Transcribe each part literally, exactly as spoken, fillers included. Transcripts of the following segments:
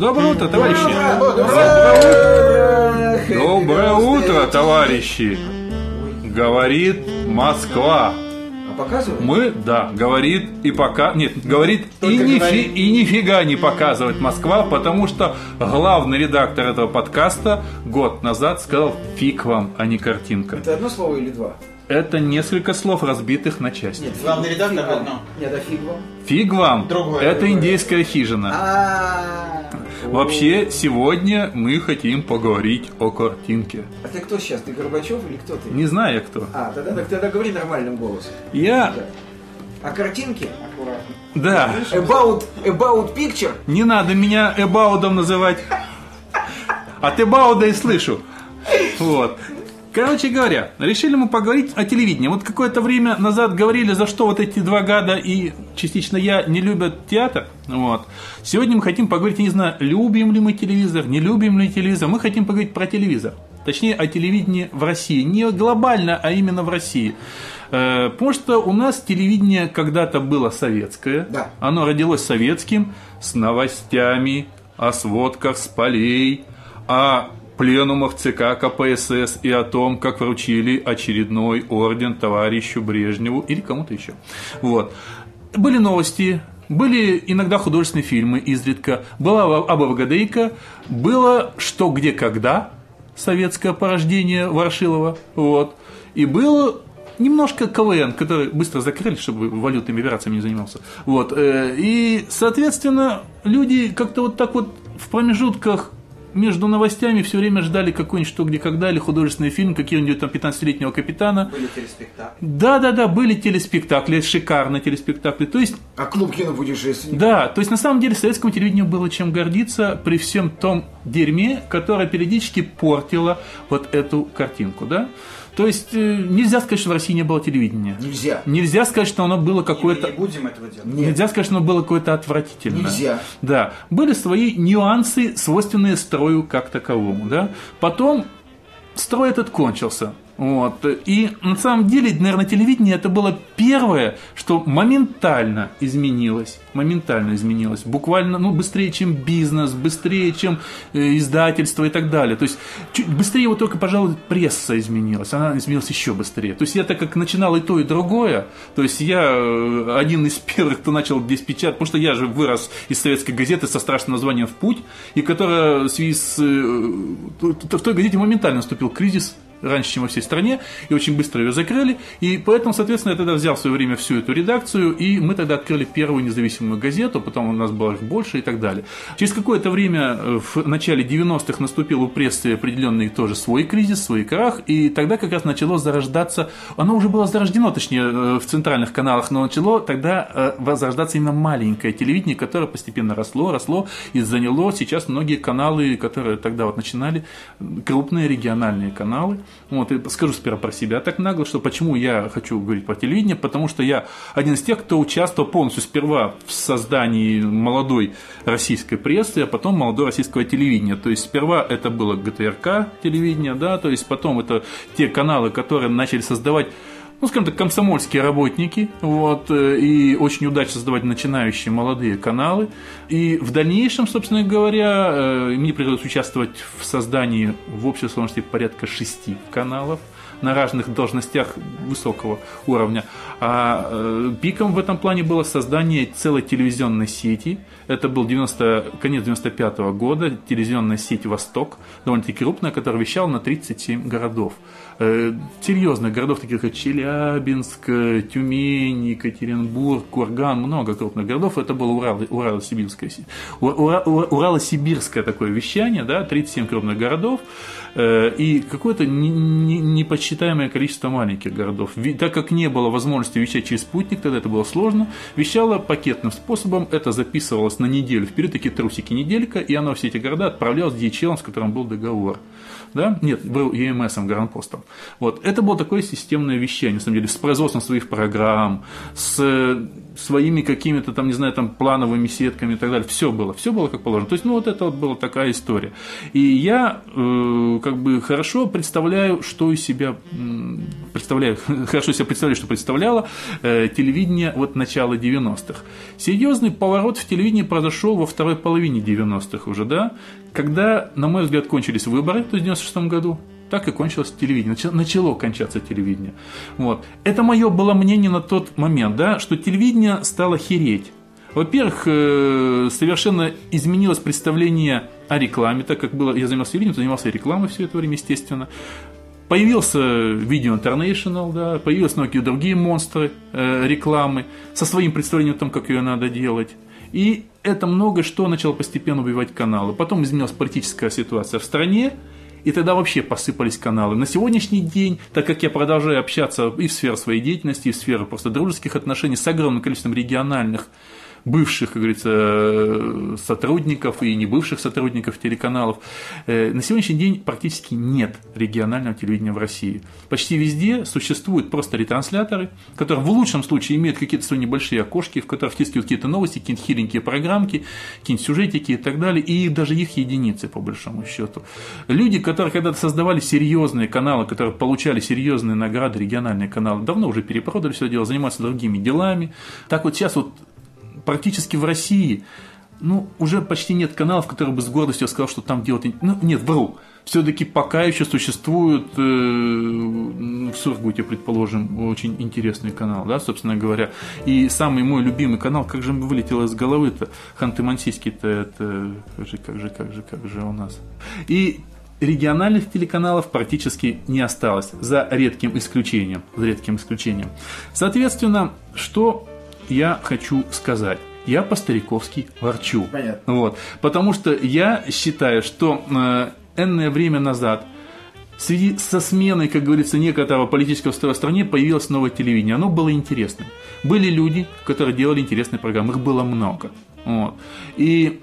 Доброе утро, товарищи! Доброе утро, товарищи! Говорит Москва. А показывает? Мы, да, говорит и пока... Нет, говорит и, нифи... и нифига не показывает Москва, потому что главный редактор этого подкаста год назад сказал: фиг вам, а не картинка. Это одно слово или два? Это несколько слов, разбитых на части. Нет, главный редактор одно. Нет, а фиг вам? Фиг вам. Другое. Это индейская хижина. А-а-а. Вообще, сегодня мы хотим поговорить о картинке. А ты кто сейчас? Ты Горбачев или кто ты? Не знаю я кто. А, тогда, тогда, тогда говори нормальным голосом. Я... А картинки? Аккуратно. Да. About, about picture? Не надо меня эбаудом называть. От эбауда и слышу. Вот. Короче говоря, решили мы поговорить о телевидении. Вот какое-то время назад говорили, за что вот эти два гада и частично я не любят театр. Вот. Сегодня мы хотим поговорить, я не знаю, любим ли мы телевизор, не любим ли телевизор. Мы хотим поговорить про телевизор. Точнее, о телевидении в России. Не глобально, а именно в России. Потому что у нас телевидение когда-то было советское. Да. Оно родилось советским, с новостями, о сводках с полей, о пленумах ЦК КПСС и о том, как вручили очередной орден товарищу Брежневу или кому-то еще. Вот. Были новости, были иногда художественные фильмы изредка, была АБВГДейка, было «Что, где, когда», советское порождение Ворошилова, вот. И было немножко КВН, который быстро закрыли, чтобы валютными операциями не занимался. Вот. И, соответственно, люди как-то вот так вот в промежутках между новостями все время ждали какой-нибудь «Что, где, когда» или художественный фильм какого-нибудь там пятнадцатилетнего капитана. Были телеспектакли. Да-да-да, были телеспектакли, шикарные телеспектакли. То есть, а клуб кинопутешественников? Да, то есть на самом деле советскому телевидению было чем гордиться при всем том дерьме, которое периодически портило вот эту картинку, да? То есть нельзя сказать, что в России не было телевидения. Нельзя. Нельзя сказать, что оно было какое-то... Мы не будем этого делать. Нет. Нельзя сказать, что оно было какое-то отвратительное. Нельзя. Да. Были свои нюансы, свойственные строю как таковому. Да? Потом строй этот кончился. Вот. И на самом деле, наверное, телевидение это было первое, что моментально изменилось. Моментально изменилось. Буквально ну, быстрее, чем бизнес, быстрее, чем э, издательство и так далее. То есть чуть быстрее вот только, пожалуй, пресса изменилась. Она изменилась еще быстрее. То есть я так как начинал и то, и другое, то есть я э, один из первых, кто начал здесь печатать, потому что я же вырос из советской газеты со страшным названием «В путь», и которая в связи с... Э, в той газете моментально наступил кризис, раньше, чем во всей стране, и очень быстро ее закрыли, и поэтому, соответственно, я тогда взял в свое время всю эту редакцию, и мы тогда открыли первую независимую газету, потом у нас было их больше и так далее. Через какое-то время, в начале девяностых, наступил у прессы определенный тоже свой кризис, свой крах, и тогда как раз начало зарождаться, оно уже было зарождено, точнее, в центральных каналах, но начало тогда возрождаться именно маленькое телевидение, которое постепенно росло, росло и заняло сейчас многие каналы, которые тогда вот начинали, крупные региональные каналы. Вот, и скажу сперва про себя так нагло, что почему я хочу говорить про телевидение, потому что я один из тех, кто участвовал полностью сперва в создании молодой российской прессы, а потом молодого российского телевидения. То есть сперва это было ГТРК телевидение, да, то есть потом это те каналы, которые начали создавать, ну, скажем так, комсомольские работники, вот, и очень удачно создавать начинающие молодые каналы. И в дальнейшем, собственно говоря, мне пришлось участвовать в создании в общей сложности порядка шести каналов на разных должностях высокого уровня. А пиком в этом плане было создание целой телевизионной сети. Это был девяносто, конец девяносто пятого года, телевизионная сеть «Восток», довольно-таки крупная, которая вещала на тридцать семь городов. Серьезных городов, таких как Челябинск, Тюмень, Екатеринбург, Курган, много крупных городов. Это было Урал, Урало-Сибирское, Ура, Урало-Сибирское такое вещание, да, тридцать семь крупных городов и какое-то неподсчитаемое количество маленьких городов. Так как не было возможности вещать через спутник, тогда это было сложно, вещало пакетным способом, это записывалось на неделю вперед, такие трусики неделька, и оно все эти города отправлялось ди эйч эл, с которым был договор. Да? Нет, был и эм эс-ом, Гаранпостом. Вот. Это было такое системное вещание, на самом деле, с производством своих программ, с своими какими-то там, не знаю, там плановыми сетками и так далее. Все было, все было как положено. То есть, ну, вот это вот была такая история. И я э, как бы хорошо представляю, что из себя представляю, хорошо себе представляю, что представляло э, телевидение вот начала девяностых. Серьезный поворот в телевидении произошел во второй половине девяностых уже, да, когда, на мой взгляд, кончились выборы, то есть в девяносто шестом году. Так и кончилось телевидение, начало кончаться телевидение. Вот. Это мое было мнение на тот момент, да, что телевидение стало хереть. Во-первых, совершенно изменилось представление о рекламе, так как было, я занимался телевидением, занимался рекламой все это время, естественно. Появился Video International, да, появились многие другие монстры э, рекламы со своим представлением о том, как ее надо делать. И это много что начало постепенно убивать каналы. Потом изменилась политическая ситуация в стране, и тогда вообще посыпались каналы. На сегодняшний день, так как я продолжаю общаться и в сфере своей деятельности, и в сфере просто дружеских отношений с огромным количеством региональных, бывших, как говорится, сотрудников и не бывших сотрудников телеканалов, на сегодняшний день практически нет регионального телевидения в России. Почти везде существуют просто ретрансляторы, которые в лучшем случае имеют какие-то свои небольшие окошки, в которых втискивают какие-то новости, какие-то хиленькие программки, какие-нибудь сюжетики и так далее, и даже их единицы, по большому счету. Люди, которые когда-то создавали серьезные каналы, которые получали серьезные награды, региональные каналы, давно уже перепродали все дело, занимаются другими делами. Так вот сейчас вот практически в России, ну, уже почти нет каналов, которые бы с гордостью сказал, что там делают... Ну, нет, вру. Все-таки пока еще существует э, в Сургуте, предположим, очень интересный канал, да, собственно говоря. И самый мой любимый канал, как же вылетело из головы-то, Ханты-Мансийский-то, это... Как же, как же, как же, как же у нас... И региональных телеканалов практически не осталось, за редким исключением. За редким исключением. Соответственно, что... я хочу сказать. Я по-стариковски ворчу. Понятно. Вот. Потому что я считаю, что э, энное время назад в связи со сменой, как говорится, некоторого политического строя в стране появилось новое телевидение. Оно было интересным. Были люди, которые делали интересные программы. Их было много. Вот. И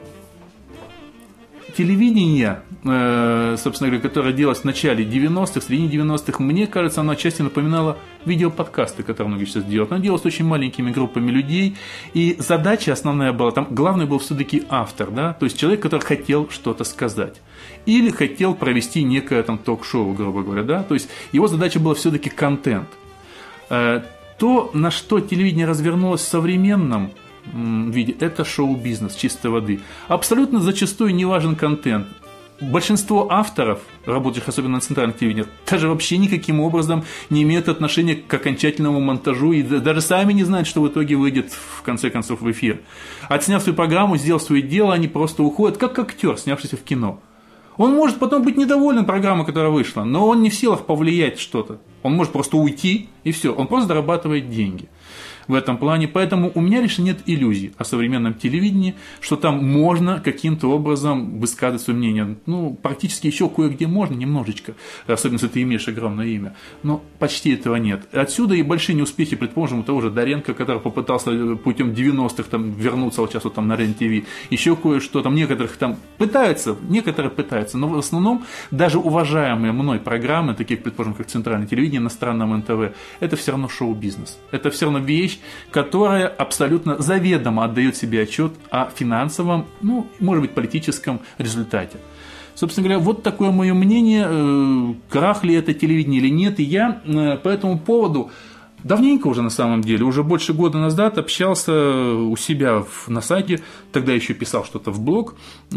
телевидение, э, собственно говоря, которое делалось в начале девяностых, в середине девяностых, мне кажется, оно отчасти напоминало видеоподкасты, которые многие сейчас делают. Оно делалось очень маленькими группами людей, и задача основная была, там главный был все-таки автор, да, то есть человек, который хотел что-то сказать. Или хотел провести некое там ток-шоу, грубо говоря, да, то есть его задача была все-таки контент. Э, то, на что телевидение развернулось в современном виде, это шоу-бизнес чистой воды. Абсолютно зачастую не важен контент. Большинство авторов, работающих особенно на центральных телевидениях, даже вообще никаким образом не имеют отношения к окончательному монтажу и даже сами не знают, что в итоге выйдет в конце концов в эфир. Отсняв свою программу, сделав свое дело, они просто уходят, как актер, снявшийся в кино. Он может потом быть недоволен программой, которая вышла, но он не в силах повлиять что-то. Он может просто уйти, и все. Он просто зарабатывает деньги в этом плане. Поэтому у меня лишь нет иллюзий о современном телевидении, что там можно каким-то образом высказывать свое мнение. Ну, практически еще кое-где можно, немножечко, особенно если ты имеешь огромное имя. Но почти этого нет. Отсюда и большие неуспехи, предположим, у того же Доренко, который попытался путем девяностых там, вернуться вот сейчас вот, там, на РЕН-ТВ. Еще кое-что, там некоторых там пытаются, некоторые пытаются, но в основном даже уважаемые мной программы, такие, предположим, как Центральное телевидение, иностранном эн тэ вэ, это все равно шоу-бизнес. Это все равно вещь, которая абсолютно заведомо отдает себе отчет о финансовом, ну, может быть, политическом результате. Собственно говоря, вот такое мое мнение, крах ли это телевидение или нет. И я по этому поводу давненько уже на самом деле, уже больше года назад общался у себя на сайте, тогда еще писал что-то в блог,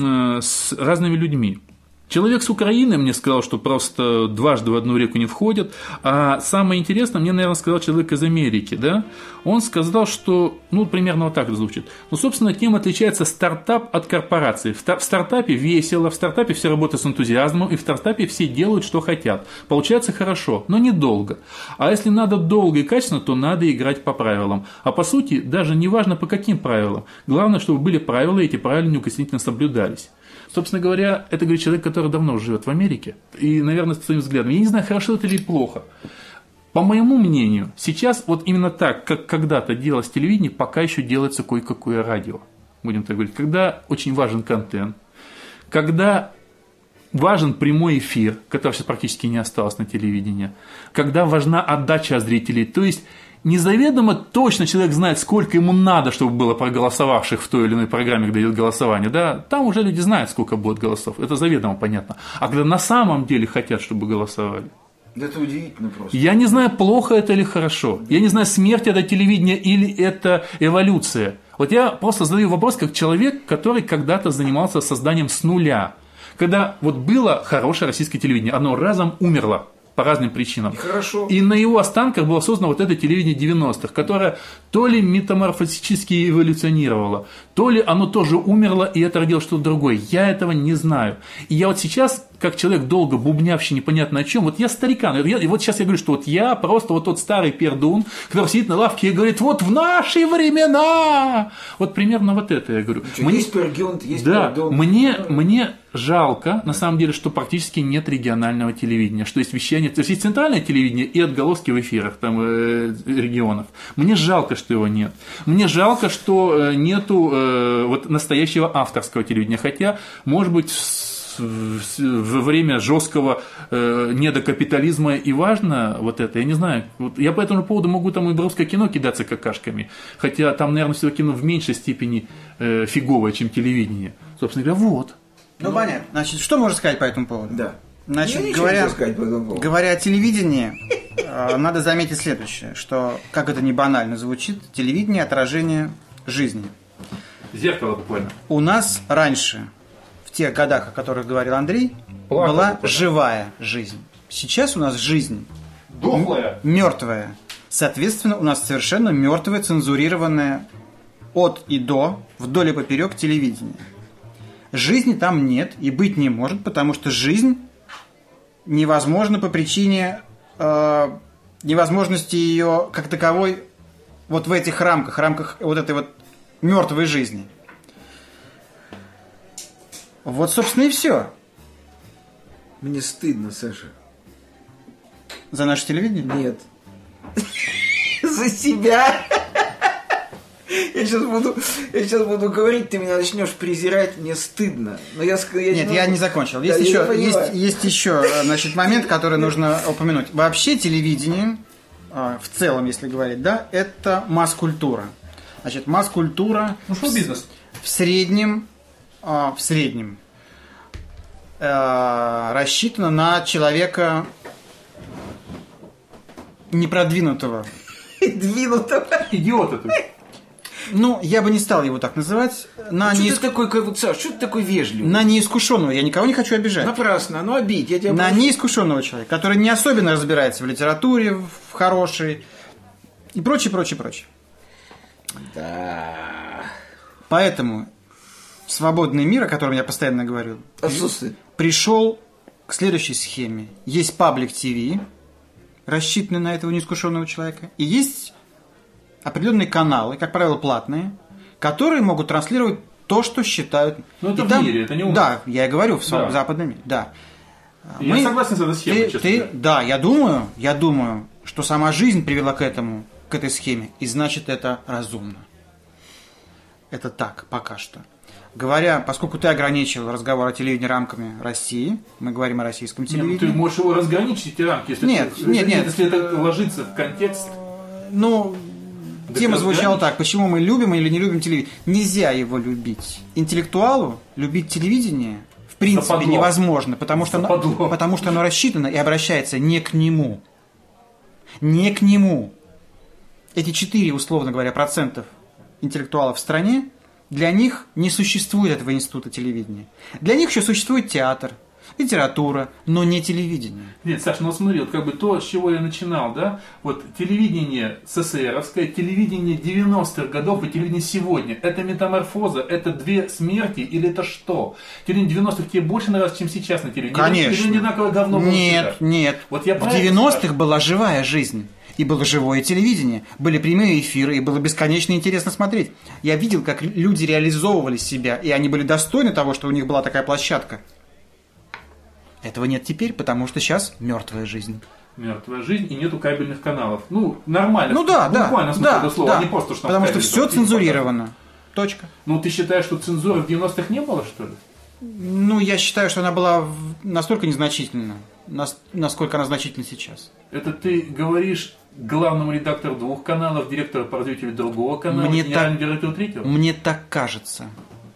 с разными людьми. Человек с Украины мне сказал, что просто дважды в одну реку не входят. А самое интересное, мне, наверное, сказал человек из Америки, да? Он сказал, что, ну, примерно вот так звучит. Ну, собственно, тем отличается стартап от корпорации. В стартапе весело, в стартапе все работают с энтузиазмом, и в стартапе все делают, что хотят. Получается хорошо, но недолго. А если надо долго и качественно, то надо играть по правилам. А по сути, даже не важно по каким правилам. Главное, чтобы были правила, и эти правила неукоснительно соблюдались. Собственно говоря, это говорит человек, который давно живет в Америке. И, наверное, с своим взглядом. Я не знаю, хорошо это или плохо. По моему мнению, сейчас вот именно так, как когда-то делалось телевидение, пока еще делается кое-какое радио. Будем так говорить. Когда очень важен контент. Когда важен прямой эфир, который сейчас практически не осталось на телевидении. Когда важна отдача зрителей. То есть незаведомо точно человек знает, сколько ему надо, чтобы было проголосовавших в той или иной программе, когда идет голосование. Да? Там уже люди знают, сколько будет голосов. Это заведомо понятно. А когда на самом деле хотят, чтобы голосовали, Да это удивительно просто. Я не знаю, плохо это или хорошо. Я не знаю, смерть это телевидение или это эволюция. Вот я просто задаю вопрос как человек, который когда-то занимался созданием с нуля. Когда вот было хорошее российское телевидение, оно разом умерло по разным причинам. И хорошо. И на его останках было создано вот это телевидение девяностых, которое то ли метаморфозически эволюционировало, то ли оно тоже умерло, и это родило что-то другое. Я этого не знаю. И я вот сейчас, как человек, долго бубнявший непонятно о чем, вот я старикан, и вот сейчас я говорю, что вот я просто вот тот старый пердун, который сидит на лавке и говорит, вот в наши времена, вот примерно вот это я говорю. Что, мне, есть пергюн, есть да, пердун. Мне, мне жалко, на самом деле, что практически нет регионального телевидения, что есть вещание, то есть есть центральное телевидение и отголоски в эфирах там, э, регионов. Мне жалко, что его нет. Мне жалко, что э, нету э, вот настоящего авторского телевидения, хотя, может быть, во время жесткого э, недокапитализма и важно вот это, я не знаю, вот я по этому поводу могу там и в русское кино кидаться какашками, хотя там, наверное, все кино в меньшей степени э, фиговое, чем телевидение. Собственно говоря, вот. Ну, ну, понятно. Значит, что можно сказать по этому поводу? Да. Значит, говоря, говоря о телевидении, э, надо заметить следующее, что, как это не банально звучит, телевидение – отражение жизни. Зеркало буквально. У нас раньше, в тех годах, о которых говорил Андрей, Плакал, была буквально. Живая жизнь. Сейчас у нас жизнь дохлая, мертвая. Соответственно, у нас совершенно мертвое, цензурированное от и до, вдоль и поперек телевидение. Жизни там нет и быть не может, потому что жизнь невозможна по причине э, невозможности ее как таковой вот в этих рамках, рамках вот этой вот мертвой жизни. Вот, собственно, и все. Мне стыдно, Саша. За наше телевидение? Нет. За себя. Я сейчас буду, я сейчас буду говорить, ты меня начнешь презирать, мне стыдно. Но я, я Нет, не я не закончил. Есть, да, еще, не есть, есть еще значит, момент, который нужно упомянуть. Вообще телевидение, в целом, если говорить, да, это масс-культура. Значит, масс-культура ну, шоу-бизнес. В среднем, в среднем рассчитана на человека непродвинутого. Двинутого. Идиота ты. Ну, я бы не стал его так называть. На что неиск... ты такой, как, Саш, что ты такой вежливый? На неискушенного. Я никого не хочу обижать. Напрасно, ну обидь. Я тебя на прошу. неискушенного человека, который не особенно разбирается в литературе, в хорошей и прочее, прочее, прочее. Да. Поэтому свободный мир, о котором я постоянно говорю, Отсутствует. Пришел к следующей схеме. Есть паблик ТВ, рассчитанный на этого неискушенного человека, и есть определенные каналы, как правило, платные, которые могут транслировать то, что считают... Ну, это и в там... мире, это не у нас. Да, я и говорю, в, да. в западном мире, да. Я Мы... согласен с этой схемой, ты, честно ты... говоря. Да, я думаю, я думаю, что сама жизнь привела к этому, к этой схеме, и значит, это разумно. Это так, пока что. Говоря, поскольку ты ограничил разговор о телевидении рамками России, мы говорим о российском телевидении. Нет, ну, ты можешь его разграничить, эти рамки, если, Нет, ты, нет, нет. если это ложится в контекст. Ну, Да тема ты звучала разграничь. так, почему мы любим или не любим телевидение. Нельзя его любить. Интеллектуалу любить телевидение в принципе Западло. невозможно, потому что, оно, Западло. потому что оно рассчитано и обращается не к нему. Не к нему. Эти четыре, условно говоря, процентов интеллектуалов в стране, для них не существует этого института телевидения. Для них еще существует театр, литература, но не телевидение. Нет, Саш, ну смотри, вот как бы то, с чего я начинал, да, вот телевидение СССРовское, телевидение девяностых годов и телевидение сегодня, это метаморфоза, это две смерти или это что? Телевидение девяностых тебе больше нравится, чем сейчас на телевидении? Конечно. Или одинаковое говно было Нет, всегда? нет. Вот я в правильно девяностых спрашиваю? была живая жизнь. И было живое телевидение, были прямые эфиры, и было бесконечно интересно смотреть. Я видел, как люди реализовывали себя, и они были достойны того, что у них была такая площадка. Этого нет теперь, потому что сейчас мертвая жизнь. Мертвая жизнь и нету кабельных каналов. Ну, нормально. Ну да, да. Буквально смысл да, этого слова, да. не просто, что там Потому что кабель все там фильм цензурировано. Точка. показывают. Ну, ты считаешь, что цензуры в девяностых не было, что ли? Ну, я считаю, что она была в- настолько незначительна, нас- насколько она значительна сейчас. Это ты говоришь главному редактору двух каналов, директору по развитию другого канала, Мне генеральному так- директору третьего? Мне так кажется.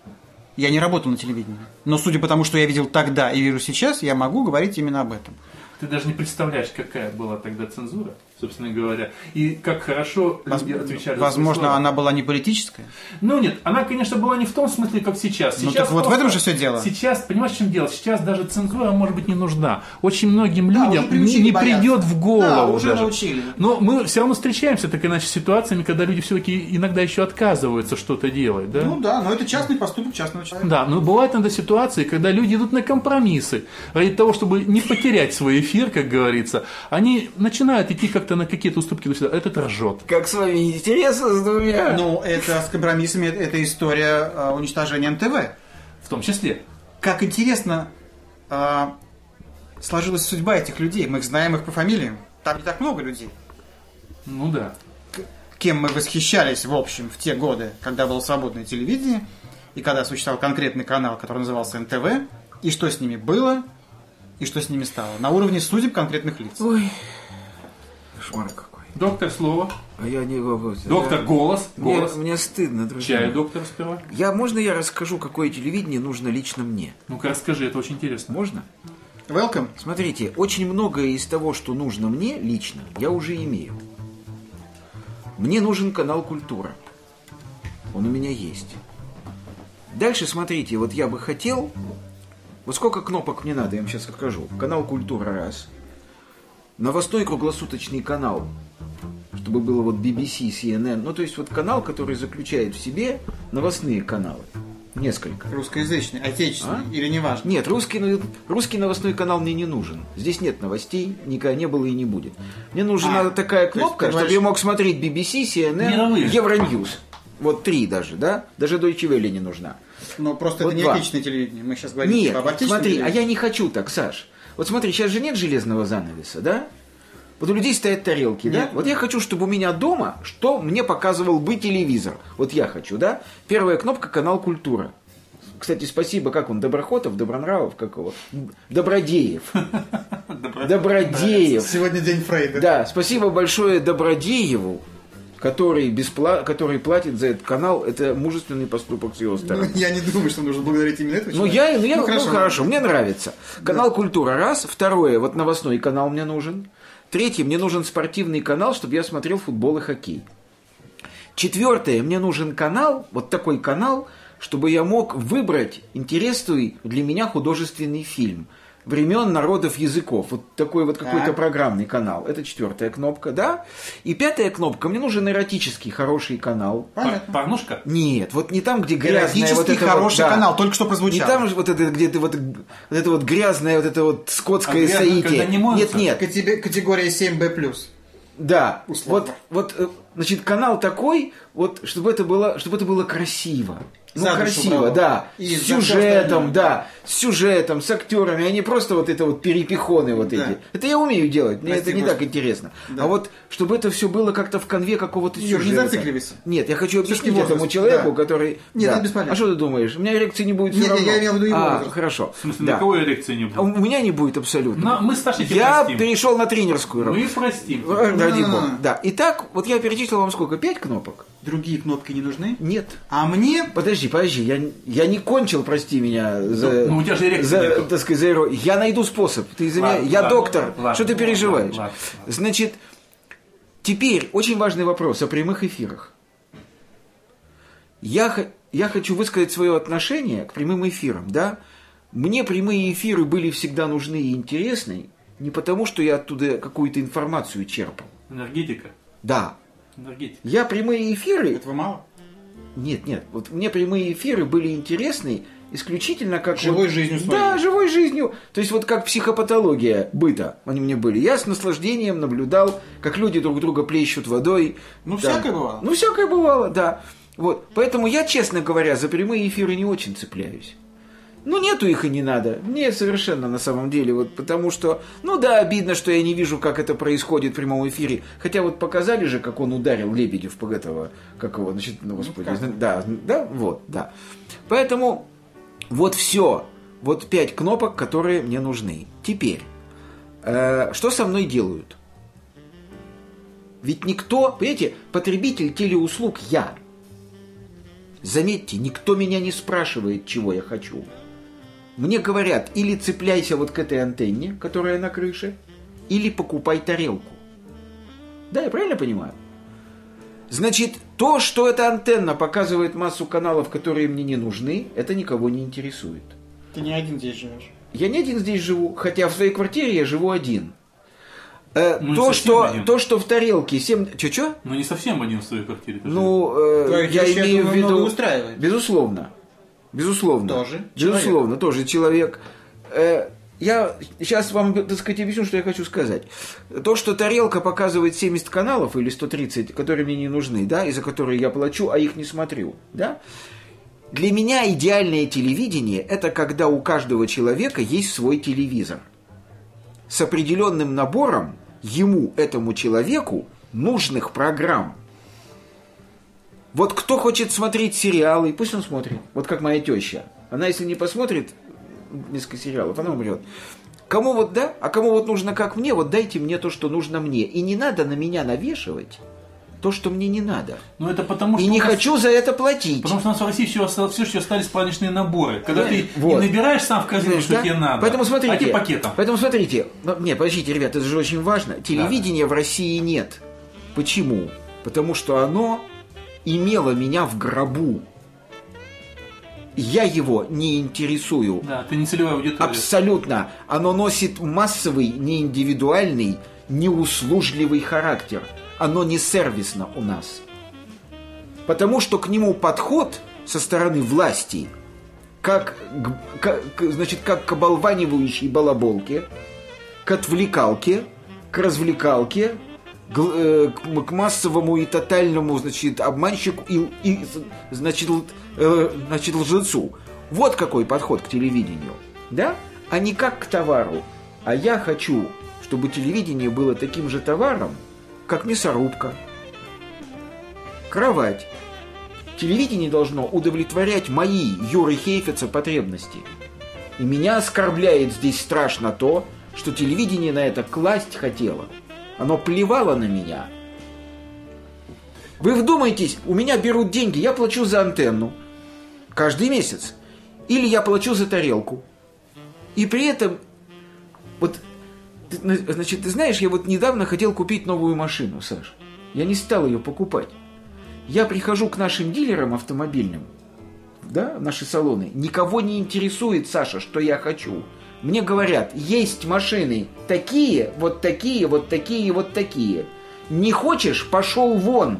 Я не работал на телевидении. Но судя по тому, что я видел тогда и вижу сейчас, я могу говорить именно об этом. Ты даже не представляешь, какая была тогда цензура, собственно говоря, и как хорошо люди отвечали. Возможно, она была не политическая? Ну нет, она, конечно, была не в том смысле, как сейчас. Ну сейчас так вот в этом же все дело. Сейчас, понимаешь, в чем дело? Сейчас даже цензура, может быть, не нужна. Очень многим Да, людям уже приучили не бояться. придет в голову Да, уже даже. научили. Но мы все равно встречаемся так иначе с ситуациями, когда люди все-таки иногда еще отказываются что-то делать. Да? Ну да, но это частный поступок частного человека. Да, но бывают иногда ситуации, когда люди идут на компромиссы ради того, чтобы не потерять свой эфир, как говорится. Они начинают идти как-то на какие-то уступки. Этот ржет. Как с вами интересно с двумя. Ну, это с компромиссами, это, это история э, уничтожения эн тэ вэ. В том числе. Как интересно э, сложилась судьба этих людей. Мы их знаем их по фамилиям. Там не так много людей. Ну да. Кем мы восхищались, в общем, в те годы, когда было свободное телевидение, и когда существовал конкретный канал, который назывался эн тэ вэ, и что с ними было, и что с ними стало. На уровне судеб конкретных лиц. Ой, кошмар какой. Доктор, слово. А я не могу. Доктор, Я- голос. Мне, Голос. мне стыдно, друзья. Чай, доктор, сперва. Я, можно я расскажу, какое телевидение нужно лично мне? Ну-ка, расскажи, это очень интересно. Можно? Welcome. Смотрите, очень многое из того, что нужно мне лично, я уже имею. Мне нужен канал «Культура». Он у меня есть. Дальше, смотрите, вот я бы хотел... Вот сколько кнопок мне надо, я вам сейчас расскажу. Канал «Культура» раз. Новостной круглосуточный канал, чтобы было вот би би си, си эн эн. Ну, то есть вот канал, который заключает в себе новостные каналы. Несколько. Русскоязычный, отечественный А? или неважно? Нет, русский, ну, русский новостной канал мне не нужен. Здесь нет новостей, никогда не было и не будет. Мне нужна А, такая то есть кнопка, ты чтобы говоришь- я мог смотреть би би си, си эн эн, Мировые. Евроньюз. Вот три даже, да? Даже Deutsche Welle не нужна. Но просто Вот это не два. отечественное телевидение. Мы сейчас говорим Нет, типа об отечественном смотри, а телевидении. я не хочу так, Саш. Вот смотри, сейчас же нет железного занавеса, да? Вот у людей стоят тарелки, да? Нет. Вот я хочу, чтобы у меня дома, что мне показывал бы телевизор. Вот я хочу, да? Первая кнопка — канал «Культура». Кстати, спасибо, как он, Доброхотов, Добронравов, как его? Добродеев. Добродеев. Сегодня день Фрейда. Да, спасибо большое Добродееву, который, беспла... который платит за этот канал. Это мужественный поступок с его Ну, стороны. я не думаю, что нужно благодарить именно этого Ну, человека. я, ну, я, ну, хорошо. хорошо, мне нравится. Канал «Культура» раз. Второе, вот новостной канал мне нужен. Третье, мне нужен спортивный канал, чтобы я смотрел футбол и хоккей. Четвертое, мне нужен канал, вот такой канал, чтобы я мог выбрать интересный для меня художественный фильм времен, народов, языков. Вот такой вот какой-то Так. программный канал. Это четвертая кнопка, да? И пятая кнопка, мне нужен эротический хороший канал. Понятно. Порнушка? Нет, вот не там, где грязная Эротический вот это вот, хороший да. канал, только что Не прозвучал. там же вот это где-то вот, вот это вот грязное, вот это вот скотское А грязно, соитие. когда не моются? Нет, нет, Катего- Категория семь бэ плюс. да. Условно. Вот, вот, э, значит, канал такой, вот, чтобы это было, чтобы это было красиво. Ну, За душу красиво, брало. да. И с за всё сюжетом, остальное. да. С сюжетом, с актерами, а не просто вот это вот перепихоны вот Да. эти. Это я умею делать, мне Прости, это не Господи. так интересно. Да. А вот, чтобы это все было как-то в конве какого-то Юр, не сюжета. зацикливайся. Нет, я хочу Всё-таки объяснить этому возраст, человеку, да. который... Нет, да. это бесполезно. А что ты думаешь? У меня эрекции не будет Нет, все равно. я имел в виду его А, возраст. хорошо. В смысле, Да. на кого эрекции не А будет? у меня не будет абсолютно. Но мы с Сашей тебя Я простим. перешел на тренерскую Ну работу. и простим. Э, Ради Ну, ну, бога. ну. Да. Итак, вот я перечислил вам сколько? Пять кнопок? Другие кнопки не нужны? Нет. А мне... Подожди, подожди, я, я не кончил, прости меня, за, Ну, у тебя же эрекции за, нету. так сказать, за эро- Я найду способ. Ты из-за Ладно, меня, я ладно, доктор. ладно, Что ты ладно, переживаешь? ладно, ладно. Значит, теперь очень важный вопрос о прямых эфирах. Я, х- я хочу высказать свое отношение к прямым эфирам, да? Мне прямые эфиры были всегда нужны и интересны, не потому, что я оттуда какую-то информацию черпал. Энергетика. Да. Энергетика. Я прямые эфиры... Этого мало? Нет, нет. Вот мне прямые эфиры были интересны исключительно как... Живой вот- жизнью своей. Да, живой жизнью. То есть вот как психопатология быта они мне были. Я с наслаждением наблюдал, как люди друг друга плещут водой. Ну, Там. всякое бывало. Ну, всякое бывало, да. Вот. Поэтому я, честно говоря, за прямые эфиры не очень цепляюсь. Ну, нету их и не надо. Мне совершенно на самом деле, вот потому что, ну да, обидно, что я не вижу, как это происходит в прямом эфире. Хотя вот показали же, как он ударил Лебедев по этого, как его, значит, ну, господи, Ну, как? да, да, вот, да. Поэтому вот все, вот пять кнопок, которые мне нужны. Теперь, э, что со мной делают? Ведь никто, понимаете, потребитель телеуслуг я. Заметьте, никто меня не спрашивает, чего я хочу. Мне говорят, или цепляйся вот к этой антенне, которая на крыше, или покупай тарелку. Да, я правильно понимаю? Значит, то, что эта антенна показывает массу каналов, которые мне не нужны, это никого не интересует. Ты не один здесь живешь. Я не один здесь живу, хотя в своей квартире я живу один. Э, Ну, не то, совсем что, один. то, что в тарелке семь... Чё-чё? Ну, не совсем один в своей квартире. ты же. Ну, э, Твою я тещу, я имею в думаю, много виду... устраивает. Безусловно. Безусловно. Тоже Безусловно, тоже человек. Э, я сейчас вам, так сказать, объясню, что я хочу сказать. То, что тарелка показывает семьдесят каналов или сто тридцать, которые мне не нужны, да, и за которые я плачу, а их не смотрю, да, для меня идеальное телевидение – это когда у каждого человека есть свой телевизор с определенным набором ему, этому человеку, нужных программ. Вот кто хочет смотреть сериалы, пусть он смотрит. Вот как моя теща. Она, если не посмотрит несколько сериалов, она умрет. Кому вот, да? А кому вот нужно, как мне, вот дайте мне то, что нужно мне. И не надо на меня навешивать то, что мне не надо. Ну, это потому, что И не у нас- хочу за это платить. Потому что у нас в России все, осталось- все еще остались праздничные наборы. Когда Да, ты вот. не набираешь сам в корзину, Понимаешь, что да? тебе надо, Поэтому смотрите, а тебе пакетом. Поэтому смотрите, ну, нет, подождите, ребят, это же очень важно. Телевидения в России нет. Почему? Потому что оно имело меня в гробу. Я его не интересую. Да, ты не целевая аудитория. Абсолютно. Оно носит массовый, не индивидуальный, не услужливый характер. Оно не сервисно у нас. Потому что к нему подход со стороны власти, как, к- к- значит, как к оболванивающей балаболке, к отвлекалке, к развлекалке, к, э, к- к массовому и тотальному, значит, обманщику и, и, значит, л- э, значит, лжецу. Вот какой подход к телевидению, да? А не как к товару. А я хочу, чтобы телевидение было таким же товаром, как мясорубка, кровать. Телевидение должно удовлетворять мои, Юры Хейфеца, потребности. И меня оскорбляет здесь страшно то, что телевидение на это класть хотело. Оно плевало на меня. Вы вдумайтесь, у меня берут деньги, я плачу за антенну каждый месяц. Или я плачу за тарелку. И при этом, вот, ты, значит, ты знаешь, я вот недавно хотел купить новую машину, Саш. Я не стал ее покупать. Я прихожу к нашим дилерам автомобильным, да, в наши салоны. Никого не интересует, Саша, что я хочу. Мне говорят, есть машины такие, вот такие, вот такие, вот такие. Не хочешь, пошел вон.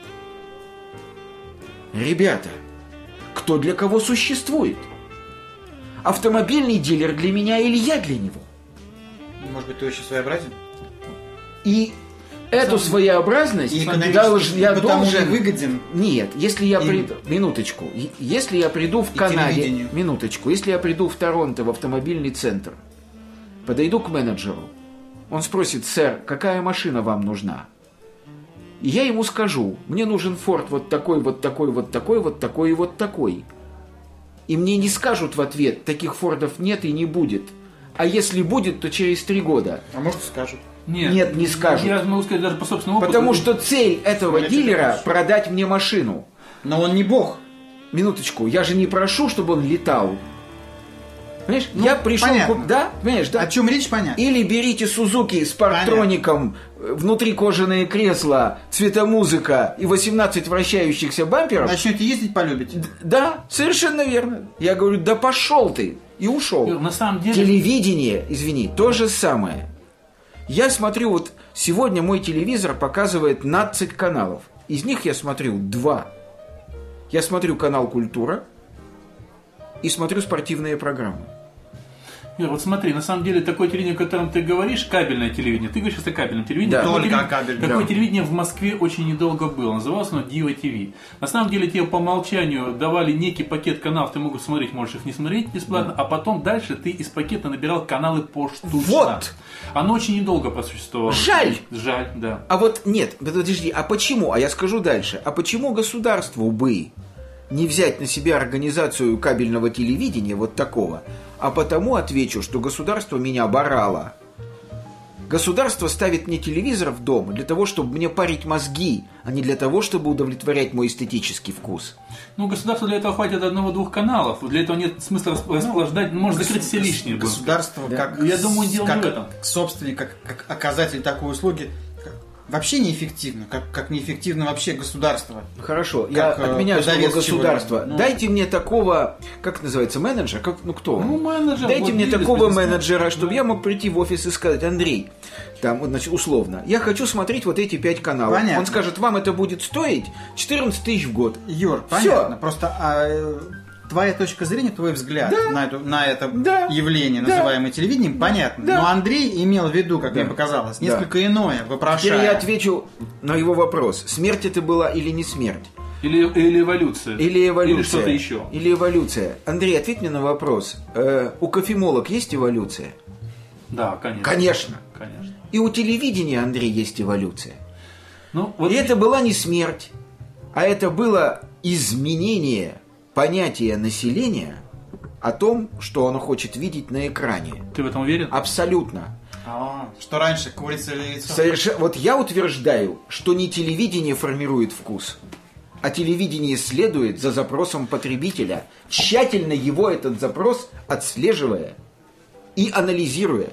Ребята, кто для кого существует? Автомобильный дилер для меня или я для него? Может быть, ты очень своеобразен? И эту своеобразность И долж- я потому должен... не выгоден. Нет, если я И- приду... Минуточку. Е- Если я приду в И Канаде... телевидению. Минуточку. Если я приду в Торонто в автомобильный центр, подойду к менеджеру, он спросит, сэр, какая машина вам нужна? И я ему скажу, мне нужен Форд вот такой, вот такой, вот такой, вот такой и вот такой. И мне не скажут в ответ, таких Фордов нет и не будет. А если будет, то через три года. А может, скажут. Нет, Нет, не скажут. Я могу сказать даже по собственному опыту. Потому что цель этого Смотрите, дилера хорошо. продать мне машину. Но он не бог. Минуточку, я же не прошу, чтобы он летал. Понимаешь, я пришел... понятно. куп- Да? Понимаешь, да? О чем речь, понятно. Или берите Сузуки с парктроником, э, внутри кожаные кресла, цветомузыка и восемнадцать вращающихся бамперов. Начнете ездить, полюбите. Да, совершенно верно. Я говорю, да пошел ты. И ушел. На самом деле... Телевидение, извини, то же самое. Я смотрю, вот сегодня мой телевизор показывает пятнадцать каналов. Из них я смотрю два. Я смотрю канал «Культура» и смотрю спортивные программы. Ир, вот смотри, на самом деле такое телевидение, о котором ты говоришь, кабельное телевидение, ты говоришь, что это кабельное телевидение. Да. Такое Только телевидение- кабельное. Такое Да. телевидение в Москве очень недолго было, называлось оно Дива ТВ. На самом деле тебе по умолчанию давали некий пакет каналов, ты мог смотреть, можешь их не смотреть бесплатно, а потом дальше ты из пакета набирал каналы поштучно. Вот! Оно очень недолго просуществовало. Жаль! Жаль, да. А вот нет, подожди, а почему? А я скажу дальше. А почему государству бы не взять на себя организацию кабельного телевидения вот такого? А потому отвечу, что государство меня барало. Государство ставит мне телевизор в дом для того, чтобы мне парить мозги, а не для того, чтобы удовлетворять мой эстетический вкус. Ну, государству для этого хватит одного-двух каналов. Для этого нет смысла располождать, ну, может закрыть все лишние. Государство, Да. как, Я думаю, дело как в этом. собственник, как, как оказатель такой услуги, вообще неэффективно, как, как неэффективно вообще государство. Хорошо, я Как, э, отменяю слово продавец государство. чего-либо. Ну. Дайте мне такого, как называется, менеджера? Как, ну кто? он? Ну, менеджер. Дайте вот мне бизнес, такого бизнесмен. менеджера, чтобы я мог прийти в офис и сказать: Андрей, там, вот, значит, условно, я хочу смотреть вот эти пять каналов. Понятно. Он скажет: вам это будет стоить четырнадцать тысяч в год. Юр, Всё. понятно. Просто а, э, твоя точка зрения, твой взгляд Да. на, эту, на это Да. явление, Да. называемое телевидением, понятно. Да. Но Андрей имел в виду, как Да. мне показалось, Да. несколько иное, Теперь вопрошая. я отвечу на его вопрос. Смерть это была или не смерть? Или, или эволюция. Или эволюция? Или что-то еще. Или эволюция. Андрей, ответь мне на вопрос. Э, у кофемолок есть эволюция? Да, конечно. Конечно. Конечно. И у телевидения, Андрей, есть эволюция. Ну, вот И это была не смерть, а это было изменение понятия населения о том, что оно хочет видеть на экране. ты в этом уверен? Абсолютно. А, что раньше, курица или яйцо? Соверш- Вот я утверждаю, что не телевидение формирует вкус, а телевидение следует за запросом потребителя, тщательно его этот запрос отслеживая и анализируя.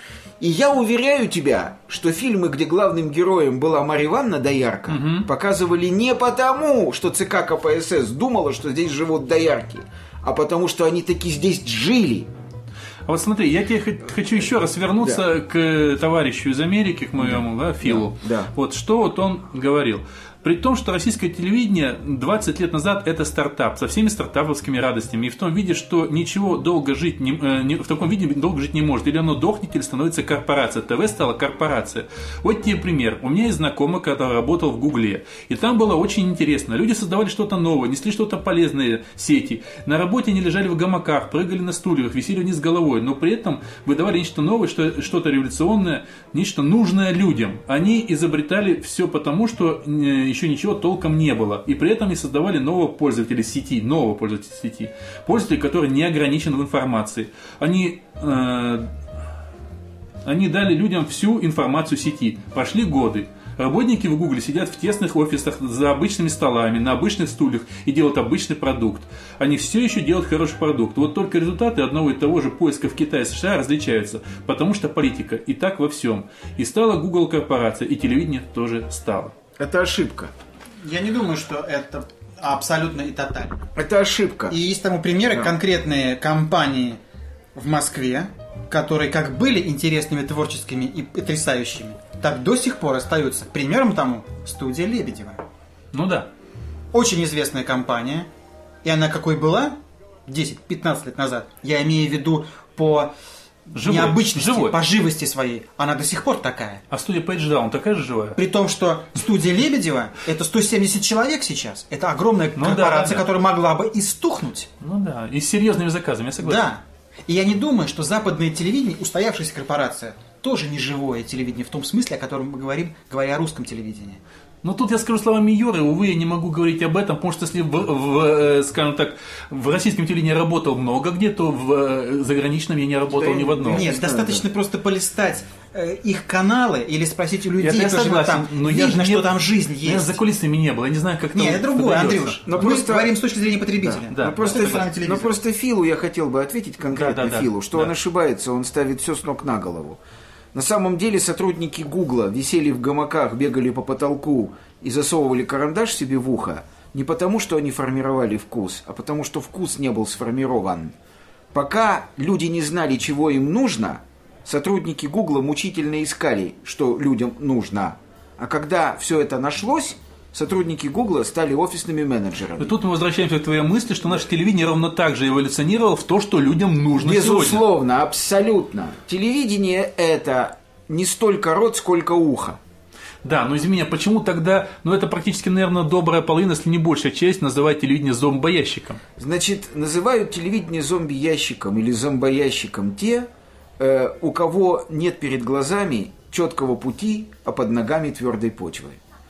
И я уверяю тебя, что фильмы, где главным героем была Марья Ивановна Доярка, Мгм. показывали не потому, что ЦК КПСС думала, что здесь живут доярки, а потому что они таки здесь жили. А вот смотри, я тебе х- хочу еще раз вернуться к товарищу из Америки, к моему, да, Филу. Да, да. Вот что вот он говорил. При том, что российское телевидение двадцать лет назад это стартап со всеми стартаповскими радостями и в том виде, что ничего долго жить не, э, не- в таком виде долго жить не может. Или оно дохнет, или становится корпорация. ТВ стала корпорация. Вот тебе пример. У меня есть знакомый, который работал в Гугле. И там было очень интересно. Люди создавали что-то новое, несли что-то полезное сети. На работе они лежали в гамаках, прыгали на стульях, висели вниз головой. Но при этом выдавали нечто новое, что, что-то революционное, нечто нужное людям. Они изобретали все потому, что э, еще ничего толком не было. И при этом они создавали нового пользователя сети, нового пользователя сети. Пользователя, который не ограничен в информации. Они, э, они дали людям всю информацию сети. Прошли годы. Работники в Гугле сидят в тесных офисах за обычными столами, на обычных стульях и делают обычный продукт. Они все еще делают хороший продукт. Вот только результаты одного и того же поиска в Китае и США различаются, потому что политика и так во всем. И стала Google корпорация, и телевидение тоже стало. Это ошибка. Я не думаю, что это абсолютно и тотально. Это ошибка. И есть тому примеры, Да. конкретные компании в Москве, которые как были интересными, творческими и потрясающими, так до сих пор остаются. Примером тому студия Лебедева. Ну да. Очень известная компания. И она какой была десять-пятнадцать лет назад, я имею в виду по Живой. необычности, Живой. по живости своей, она до сих пор такая. А студия Page Down такая же живая? При том, что студия Лебедева это сто семьдесят человек сейчас. Это огромная Ну да, корпорация, да, да. которая могла бы истухнуть. Ну да. И с серьезными заказами, я согласен. Да. И я не думаю, что западное телевидение, устоявшаяся корпорация, тоже не живое телевидение в том смысле, о котором мы говорим, говоря о русском телевидении. Но тут я скажу словами Юры, увы, я не могу говорить об этом, потому что если, в, в, э, скажем так, в российском телевидении я работал много где, то в э, заграничном я не работал Да, ни в одном. Нет, знаю, достаточно просто полистать э, их каналы или спросить у людей, Это я кто живет согласен, там. но я Видно, же что не- там жизнь Я есть. за кулисами не было, я не знаю, как Нет, там это другое, подается. Андрюш. Но Мы просто- говорим с точки зрения потребителя. Да, Но да. просто, Это экран телевизора. но просто Филу я хотел бы ответить конкретно Да, да, да. Филу, что Да. он ошибается, он ставит все с ног на голову. На самом деле сотрудники Гугла висели в гамаках, бегали по потолку и засовывали карандаш себе в ухо не потому, что они формировали вкус, а потому, что вкус не был сформирован. Пока люди не знали, чего им нужно, сотрудники Гугла мучительно искали, что людям нужно. А когда все это нашлось, сотрудники Гугла стали офисными менеджерами. И тут мы возвращаемся к твоей мысли, что наше телевидение ровно так же эволюционировало в то, что людям нужно сегодня. Безусловно, абсолютно. Телевидение – это не столько рот, сколько ухо. Да, но извини меня, почему тогда, ну это практически, наверное, добрая половина, если не большая часть, называет телевидение зомбоящиком? Значит, называют телевидение зомби-ящиком или зомбоящиком те, э, у кого нет перед глазами четкого пути, а под ногами твердой почвы.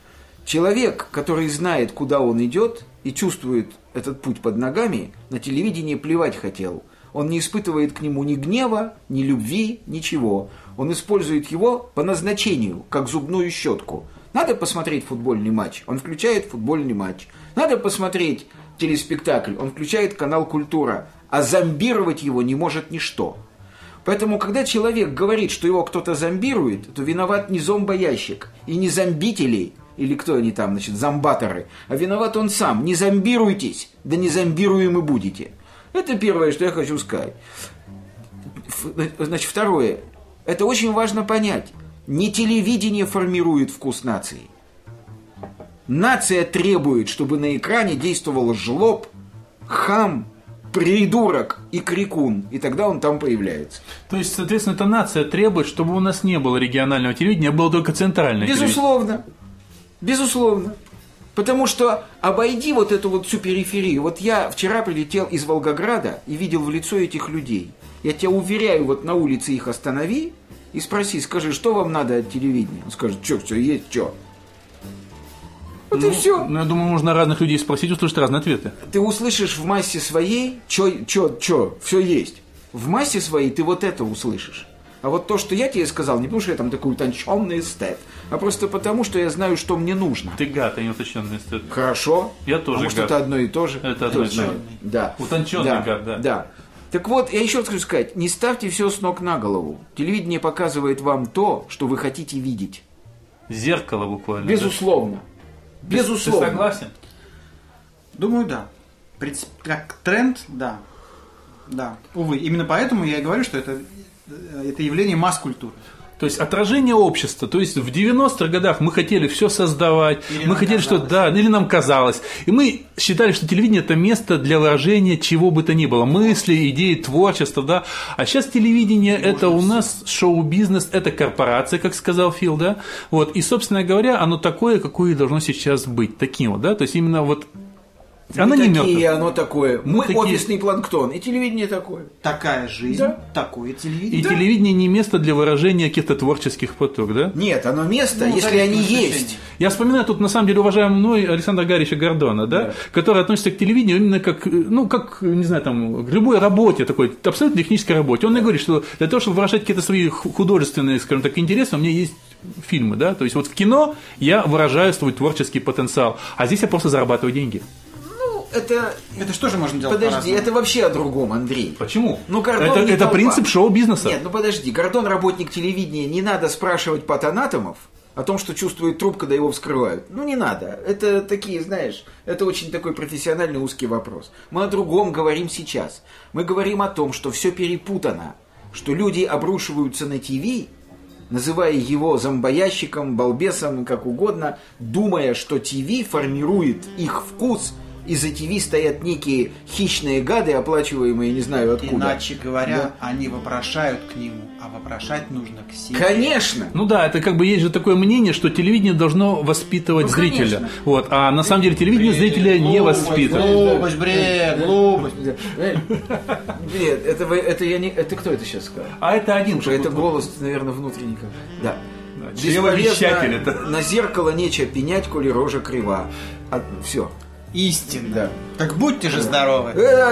Человек, который знает, куда он идет и чувствует этот путь под ногами, на телевидении плевать хотел. он не испытывает к нему ни гнева, ни любви, ничего. Он использует его по назначению, как зубную щетку. Надо посмотреть футбольный матч, он включает футбольный матч. Надо посмотреть телеспектакль, он включает канал «Культура». А зомбировать его не может ничто. Поэтому, когда человек говорит, что его кто-то зомбирует, то виноват не зомбоящик и не зомбители, или кто они там, значит, зомбаторы, а виноват он сам. Не зомбируйтесь, да не зомбируемы будете. Это первое, что я хочу сказать. Значит, второе. Это очень важно понять. Не телевидение формирует вкус нации. Нация требует, чтобы на экране действовал жлоб, хам, придурок и крикун, и тогда он там появляется. То есть, соответственно, эта нация требует, чтобы у нас не было регионального телевидения, а было только центральное Безусловно. телевидение. Безусловно. Потому что обойди вот эту вот всю периферию. Вот я вчера прилетел из Волгограда и видел в лицо этих людей. Я тебя уверяю, вот на улице их останови и спроси, скажи, что вам надо от телевидения? Он скажет, что, все есть, что? Вот ну, и все. Ну, я думаю, можно разных людей спросить, услышать разные ответы. Ты услышишь в массе своей, что, что, что, все есть. В массе своей ты вот это услышишь. А вот то, что я тебе сказал, не потому что я там такой утонченный эстет, а просто потому, что я знаю, что мне нужно. Ты гад, а не утонченный эстет. Хорошо. Я тоже Потому что гад. это одно и то же. Это одно и то же. Да. Утонченный да. гад, да. Да. Так вот, я еще раз хочу сказать, не ставьте все с ног на голову. Телевидение показывает вам то, что вы хотите видеть. Зеркало буквально. Безусловно. Да? Безусловно. Ты согласен? Думаю, да. В принципе, как тренд, да. Да. Увы, именно поэтому я и говорю, что это, это явление масс-культуры. То есть отражение общества. То есть в девяностых годах мы хотели все создавать, Или мы хотели, казалось. что да, или нам казалось. И мы считали, что телевидение это место для выражения чего бы то ни было. Мысли, идеи, творчества, да. А сейчас телевидение это у нас шоу-бизнес, это корпорация, как сказал Фил, да. Вот. И, собственно говоря, оно такое, какое и должно сейчас быть. Таким вот, да. То есть именно вот. Оно Мы не такие, мертвое. оно такое. Мы, Мы такие. офисный планктон, и телевидение такое. Такая жизнь, Да. такое И телевидение. Да. телевидение не место для выражения каких-то творческих поток, да? Нет, оно место, Ну, если зависит они от ощущений. есть. Я вспоминаю тут, на самом деле, уважаемого мной Александра Гарича Гордона, да, Да. который относится к телевидению именно как, ну, как, не знаю, там, к любой работе, такой, абсолютно технической работе. Он мне говорит, что для того, чтобы выражать какие-то свои художественные, скажем так, интересы, у меня есть фильмы, да, то есть вот в кино я выражаю свой творческий потенциал, а здесь я просто зарабатываю деньги. Это, Это что же можно делать подожди, по-разному? это вообще о другом, Андрей. Почему? Ну, Гордон это не это толпа. принцип шоу-бизнеса. Нет, ну подожди, Гордон работник телевидения, не надо спрашивать патанатомов о том, что чувствует труп, когда его вскрывают. Ну не надо, это такие, знаешь, это очень такой профессиональный узкий вопрос. Мы о другом говорим сейчас. Мы говорим о том, что все перепутано, что люди обрушиваются на ТВ, называя его зомбоящиком, балбесом, как угодно, думая, что ТВ формирует их вкус, и за ТВ стоят некие хищные гады, оплачиваемые не знаю откуда. Иначе говоря, они вопрошают к нему, а вопрошать нужно к себе. Конечно! Ну да, это как бы есть же такое мнение, что телевидение должно воспитывать Ну, зрителя. конечно. Вот, а на самом деле телевидение зрителя не воспитывает. Глупость, бред, глупость. Нет, это, вы- это я не. Это кто это сейчас сказал? А это один. Слушай, это какой-то. голос, наверное, внутренний. как- Да. чревовещатель Бесполезно, это. на зеркало нечего пенять, коли рожа крива. Все. Истинно. Да. Так будьте же здоровы.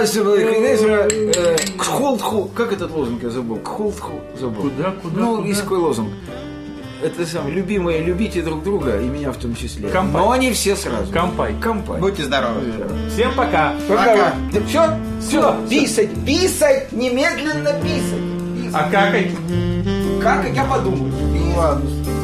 Кхолдху. Как этот лозунг я забыл? Кхолдху забыл. Куда, куда, Ну, куда? есть такой лозунг. Это самое, любимые, любите друг друга, и меня в том числе. Кампай. Но они все сразу. Кампай. Кампай. Будьте здоровы. Всем пока. Пока. Все? Всё. Все. Писать, писать, немедленно писать. А какать? Как я подумаю? Ладно.